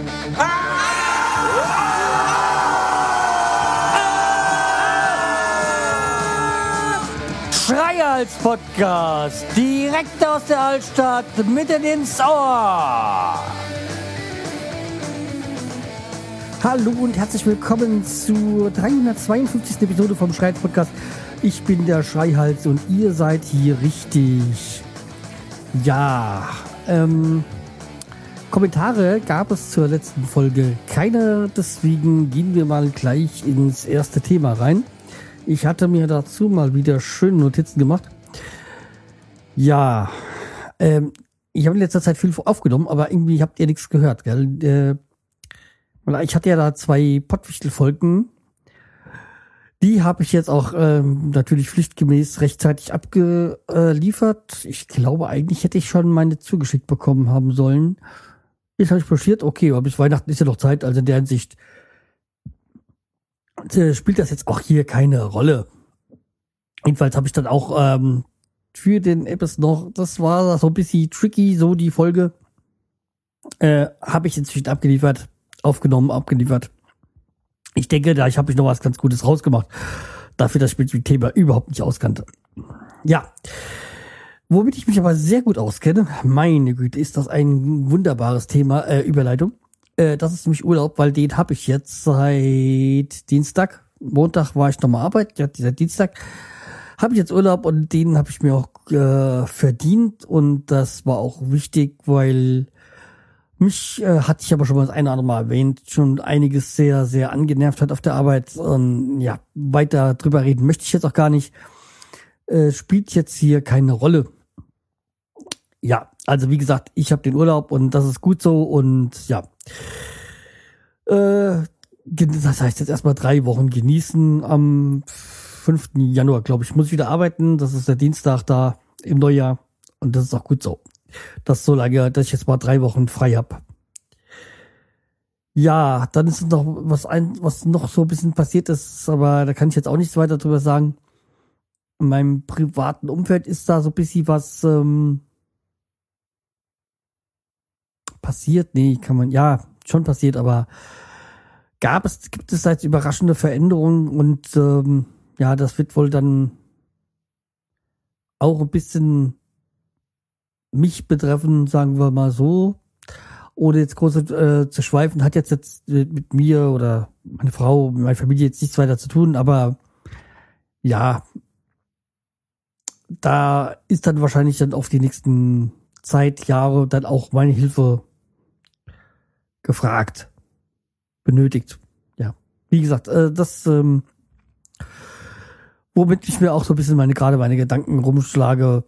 Schreihals Podcast, direkt aus der Altstadt, mitten ins Ohr. Hallo und herzlich willkommen zur 352. Episode vom Schreihals Podcast. Ich bin der Schreihals und ihr seid hier richtig. Ja, Kommentare gab es zur letzten Folge keine, deswegen gehen wir mal gleich ins erste Thema rein. Ich hatte mir dazu mal wieder schöne Notizen gemacht. Ja, ich habe in letzter Zeit viel aufgenommen, aber irgendwie habt ihr nichts gehört, gell? Ich hatte ja da 2 Pottwichtel-Folgen. Die habe ich jetzt auch natürlich pflichtgemäß rechtzeitig abgeliefert. Ich glaube, eigentlich hätte ich schon meine zugeschickt bekommen haben sollen. Jetzt habe ich beschert, okay, aber bis Weihnachten ist ja noch Zeit, also in der Hinsicht spielt das jetzt auch hier keine Rolle. Jedenfalls habe ich dann auch für den Episode noch, das war so ein bisschen tricky, so die Folge, habe ich inzwischen abgeliefert. Ich denke, da habe ich noch was ganz Gutes rausgemacht, dafür, dass ich mit dem Thema überhaupt nicht auskannte. Ja, womit ich mich aber sehr gut auskenne, meine Güte, ist das ein wunderbares Thema, Überleitung. Das ist nämlich Urlaub, weil den habe ich jetzt seit Dienstag. Montag war ich nochmal arbeiten, ja, dieser Dienstag habe ich jetzt Urlaub und den habe ich mir auch verdient und das war auch wichtig, weil mich hatte ich aber schon mal das eine oder andere Mal erwähnt, schon einiges sehr, sehr angenervt hat auf der Arbeit und ja, weiter drüber reden möchte ich jetzt auch gar nicht. Spielt jetzt hier keine Rolle. Ja, also wie gesagt, ich habe den Urlaub und das ist gut so und ja. Das heißt jetzt erstmal 3 Wochen genießen. Am 5. Januar, glaube ich, muss ich wieder arbeiten. Das ist der Dienstag da im Neujahr und das ist auch gut so. Das so lange, dass ich jetzt mal 3 Wochen frei habe. Ja, dann ist noch was noch so ein bisschen passiert ist, aber da kann ich jetzt auch nichts weiter drüber sagen. In meinem privaten Umfeld ist da so ein bisschen was passiert. Nee, schon passiert, aber gibt es jetzt überraschende Veränderungen und ja, das wird wohl dann auch ein bisschen mich betreffen, sagen wir mal so, ohne jetzt groß zu schweifen, hat jetzt mit mir oder meine Frau, meine Familie jetzt nichts weiter zu tun, aber ja, da ist dann wahrscheinlich dann auf die nächsten Jahre dann auch meine Hilfe gefragt, benötigt. Ja, wie gesagt, das, womit ich mir auch so ein bisschen meine Gedanken rumschlage,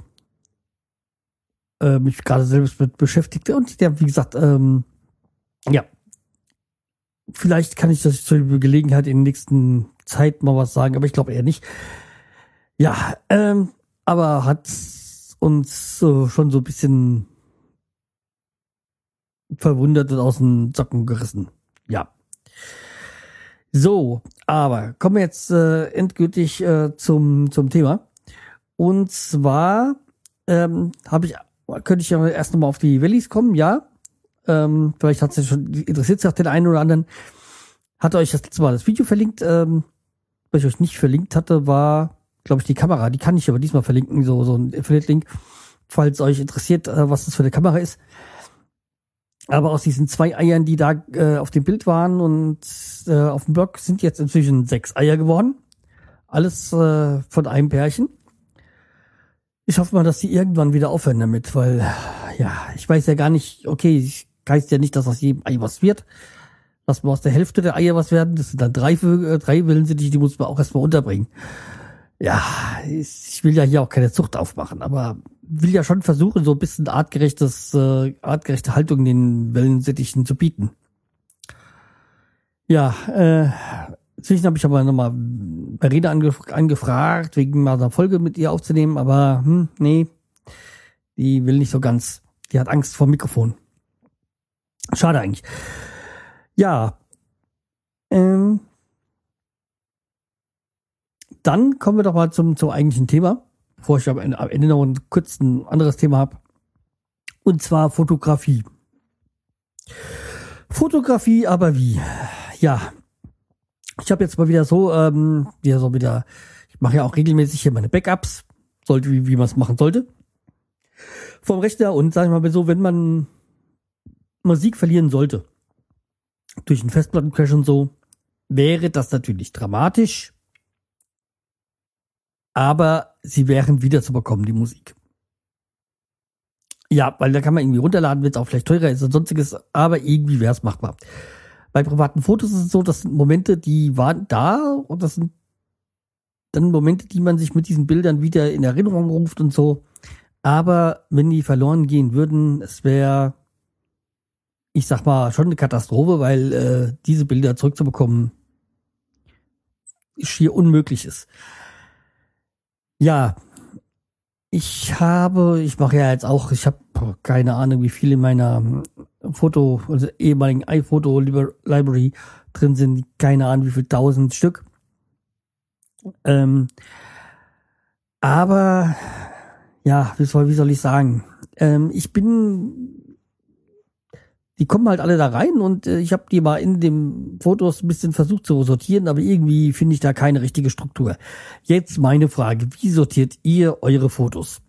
mich gerade selbst mit beschäftigte und ja, wie gesagt, ja, vielleicht kann ich das zur Gelegenheit in der nächsten Zeit mal was sagen, aber ich glaube eher nicht. Ja, aber hat uns schon so ein bisschen verwundert und aus den Socken gerissen. Ja. So, aber kommen wir jetzt endgültig zum Thema. Und zwar könnte ich ja erst nochmal auf die Willis kommen, ja. Vielleicht hat es ja schon interessiert sich auch den einen oder anderen. Hatte euch das letzte Mal das Video verlinkt. Was ich euch nicht verlinkt hatte, war, glaube ich, die Kamera. Die kann ich aber diesmal verlinken, so ein Affiliate-Link, falls euch interessiert, was das für eine Kamera ist. Aber aus diesen 2 Eiern, die da auf dem Bild waren und auf dem Blog, sind jetzt inzwischen 6 Eier geworden. Alles von einem Pärchen. Ich hoffe mal, dass die irgendwann wieder aufhören damit, weil, ja, ich weiß ja gar nicht, okay, ich heißt ja nicht, dass aus jedem Ei was wird. Lass mal aus der Hälfte der Eier was werden. Das sind dann 3 Wellensittiche, die muss man auch erstmal unterbringen. Ja, ich will ja hier auch keine Zucht aufmachen, aber will ja schon versuchen, so ein bisschen artgerechte Haltung den Wellensittichen zu bieten. Ja, inzwischen habe ich aber nochmal Verena angefragt, wegen mal einer Folge mit ihr aufzunehmen, aber nee, die will nicht so ganz. Die hat Angst vor dem Mikrofon. Schade eigentlich. Ja, dann kommen wir doch mal zum eigentlichen Thema, bevor ich am Ende noch ein anderes Thema habe. Und zwar Fotografie. Fotografie, aber wie? Ja, ich habe jetzt mal wieder ich mache ja auch regelmäßig hier meine Backups, wie man es machen sollte, vom Rechner. Und sag ich mal so, wenn man Musik verlieren sollte, durch einen Festplattencrash und so, wäre das natürlich dramatisch, aber sie wären wieder zu bekommen, die Musik. Ja, weil da kann man irgendwie runterladen, wenn es auch vielleicht teurer ist und sonstiges, aber irgendwie wäre es machbar. Bei privaten Fotos ist es so, das sind Momente, die waren da und das sind dann Momente, die man sich mit diesen Bildern wieder in Erinnerung ruft und so. Aber wenn die verloren gehen würden, es wäre, ich sag mal, schon eine Katastrophe, weil diese Bilder zurückzubekommen schier unmöglich ist. Ja, ich habe keine Ahnung, wie viele in meiner also ehemaligen iPhoto Library drin sind, keine Ahnung, wie viel 1000 Stück. Aber ja, wie soll ich sagen? Die kommen halt alle da rein und ich habe die mal in den Fotos ein bisschen versucht zu sortieren, aber irgendwie finde ich da keine richtige Struktur. Jetzt meine Frage, wie sortiert ihr eure Fotos?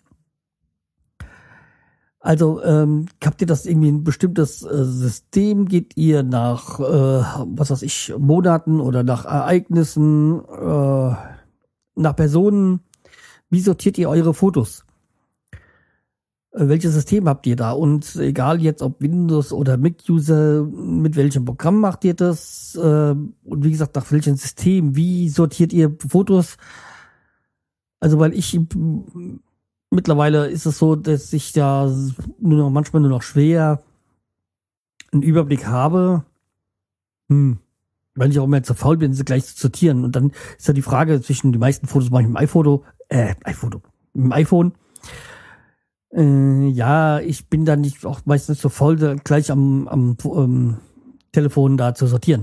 Also, habt ihr das irgendwie ein bestimmtes System? Geht ihr nach, Monaten oder nach Ereignissen, nach Personen? Wie sortiert ihr eure Fotos? Welches System habt ihr da? Und egal jetzt ob Windows oder Mac-User, mit welchem Programm macht ihr das? Und wie gesagt, nach welchem System? Wie sortiert ihr Fotos? Also, mittlerweile ist es so, dass ich da manchmal nur noch schwer einen Überblick habe. Weil ich auch immer zu faul bin, sie gleich zu sortieren. Und dann ist ja die Frage zwischen, die meisten Fotos mache ich mit dem iPhone. Ja, ich bin dann nicht auch meistens so faul, gleich am Telefon da zu sortieren.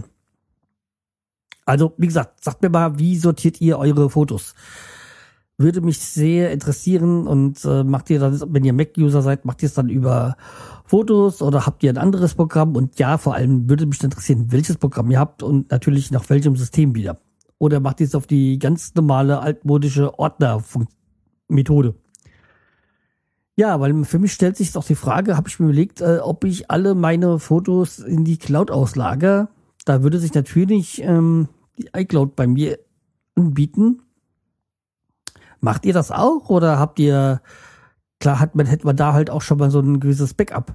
Also, wie gesagt, sagt mir mal, wie sortiert ihr eure Fotos? Würde mich sehr interessieren. Und macht ihr das, wenn ihr Mac-User seid, macht ihr es dann über Fotos oder habt ihr ein anderes Programm? Und ja, vor allem würde mich interessieren, welches Programm ihr habt und natürlich nach welchem System wieder. Oder macht ihr es auf die ganz normale altmodische Ordner-Methode? Ja, weil für mich stellt sich auch die Frage, habe ich mir überlegt, ob ich alle meine Fotos in die Cloud auslagere. Da würde sich natürlich die iCloud bei mir anbieten. Macht ihr das auch oder hätte man da halt auch schon mal so ein gewisses Backup?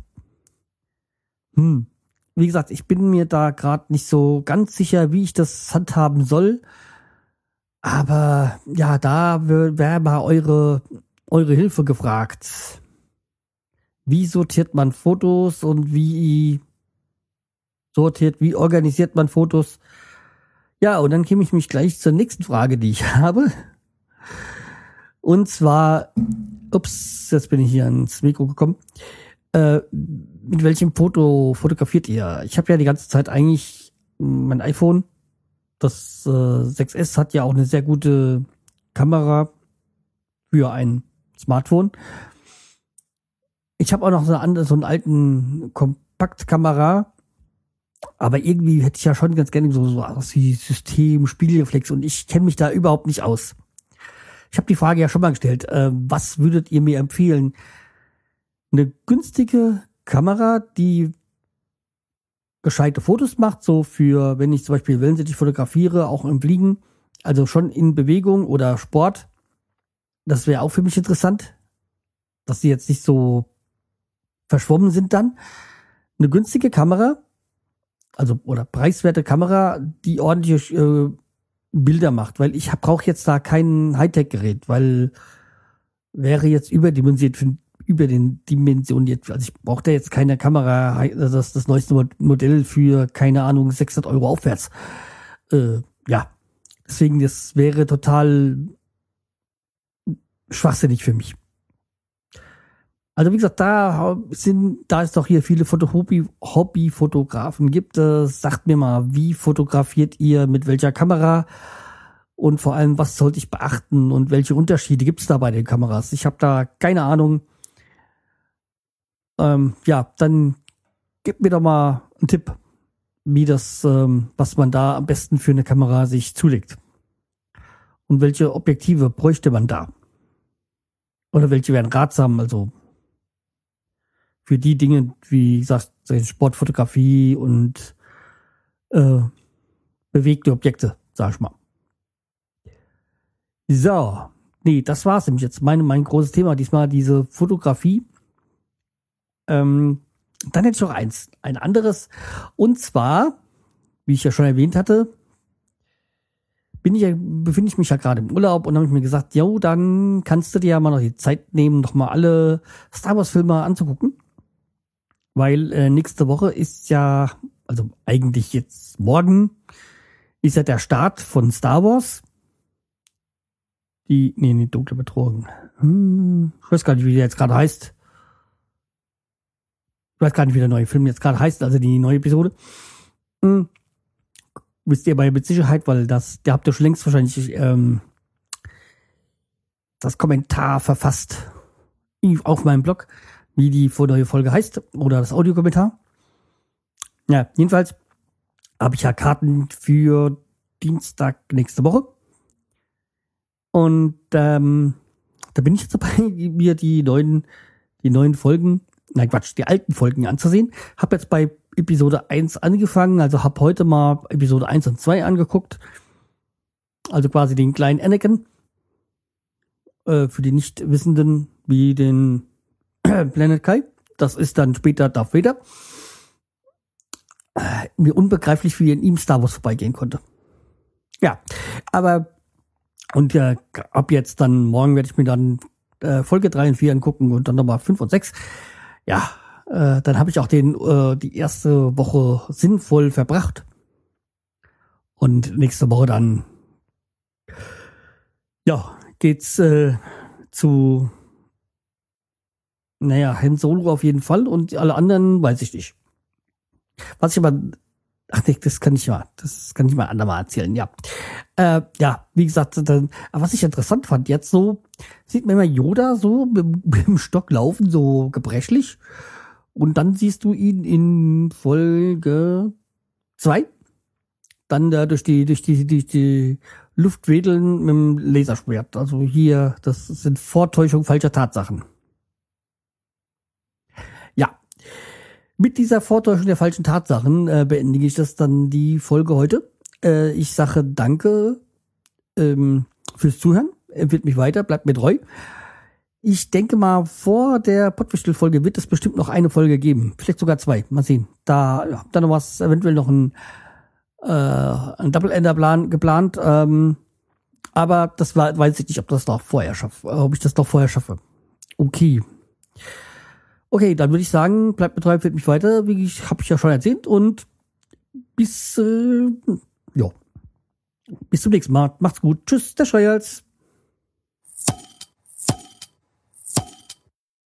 Wie gesagt, ich bin mir da gerade nicht so ganz sicher, wie ich das handhaben soll. Aber ja, da wäre mal eure Hilfe gefragt. Wie sortiert man Fotos und wie organisiert man Fotos? Ja, und dann käme ich mich gleich zur nächsten Frage, die ich habe. Und zwar, jetzt bin ich hier ans Mikro gekommen. Mit welchem Foto fotografiert ihr? Ich habe ja die ganze Zeit eigentlich mein iPhone. Das 6S hat ja auch eine sehr gute Kamera für ein Smartphone. Ich habe auch noch so einen alten Kompaktkamera, aber irgendwie hätte ich ja schon ganz gerne so was wie System, Spiegelreflex und ich kenne mich da überhaupt nicht aus. Ich habe die Frage ja schon mal gestellt. Was würdet ihr mir empfehlen? Eine günstige Kamera, die gescheite Fotos macht, so für, wenn ich zum Beispiel Wellensittich fotografiere, auch im Fliegen, also schon in Bewegung oder Sport. Das wäre auch für mich interessant, dass die jetzt nicht so verschwommen sind dann. Eine günstige Kamera, oder preiswerte Kamera, die ordentlich Bilder macht, weil ich brauche jetzt da kein Hightech-Gerät, weil wäre jetzt überdimensioniert jetzt, also ich brauche da jetzt keine Kamera, das neueste Modell für, keine Ahnung, 600 € aufwärts. Ja, deswegen, das wäre total schwachsinnig für mich. Also wie gesagt, da es doch hier viele Hobbyfotografen gibt, sagt mir mal, wie fotografiert ihr, mit welcher Kamera und vor allem, was sollte ich beachten und welche Unterschiede gibt es da bei den Kameras? Ich habe da keine Ahnung. Ja, dann gebt mir doch mal einen Tipp. wie das, was man da am besten für eine Kamera sich zulegt. Und welche Objektive bräuchte man da? Oder welche wären ratsam, also für die Dinge, wie gesagt, Sportfotografie und bewegte Objekte, sag ich mal. So, nee, das war's nämlich jetzt. Mein großes Thema diesmal, diese Fotografie. Dann hätte ich noch ein anderes. Und zwar, wie ich ja schon erwähnt hatte, befinde ich mich ja gerade im Urlaub und habe ich mir gesagt, jo, dann kannst du dir ja mal noch die Zeit nehmen, noch mal alle Star Wars Filme anzugucken. Weil nächste Woche ist ja, also eigentlich jetzt morgen, ist ja der Start von Star Wars. Die dunkle Bedrohung. Ich weiß gar nicht, wie der jetzt gerade heißt. Ich weiß gar nicht, wie der neue Film jetzt gerade heißt, also die neue Episode. Wisst ihr aber mit Sicherheit, weil der habt ihr schon längst wahrscheinlich das Kommentar verfasst auf meinem Blog, wie die neue Folge heißt, oder das Audiokommentar. Ja, jedenfalls habe ich ja Karten für Dienstag nächste Woche. Und da bin ich jetzt dabei, mir die neuen Folgen, die alten Folgen anzusehen. Hab jetzt bei Episode 1 angefangen, also hab heute mal Episode 1 und 2 angeguckt. Also quasi den kleinen Anakin. Für die Nichtwissenden, wie den Planet Kai. Das ist dann später Darth Vader. Mir unbegreiflich, wie in ihm Star Wars vorbeigehen konnte. Ja, aber und ab jetzt dann, morgen werde ich mir dann Folge 3 und 4 angucken und dann nochmal 5 und 6. Ja, dann habe ich auch die erste Woche sinnvoll verbracht. Und nächste Woche dann, ja, geht's zu, Han Solo auf jeden Fall und alle anderen weiß ich nicht. Was ich aber, das kann ich mal andermal erzählen, ja. Wie gesagt, was ich interessant fand, jetzt so, sieht man immer Yoda so mit dem Stock laufen, so gebrechlich. Und dann siehst du ihn in Folge 2 dann da durch die Luft wedeln mit dem Laserschwert. Also hier, das sind Vortäuschungen falscher Tatsachen. Ja. Mit dieser Vortäuschung der falschen Tatsachen beendige ich das dann die Folge heute. Ich sage danke fürs Zuhören. Empfehlt mich weiter, bleibt mir treu. Ich denke mal, vor der Pottwichtel-Folge wird es bestimmt noch eine Folge geben. Vielleicht sogar 2. Mal sehen. Da noch was, eventuell noch ein Double-Ender-Plan geplant. Aber das weiß ich nicht, ob ich das doch vorher schaffe. Okay. Okay, dann würde ich sagen, bleibt mir treu, empfehlt mich weiter. Wie habe ich ja schon erzählt. Und bis zum nächsten Mal. Macht's gut. Tschüss, der Schreihals.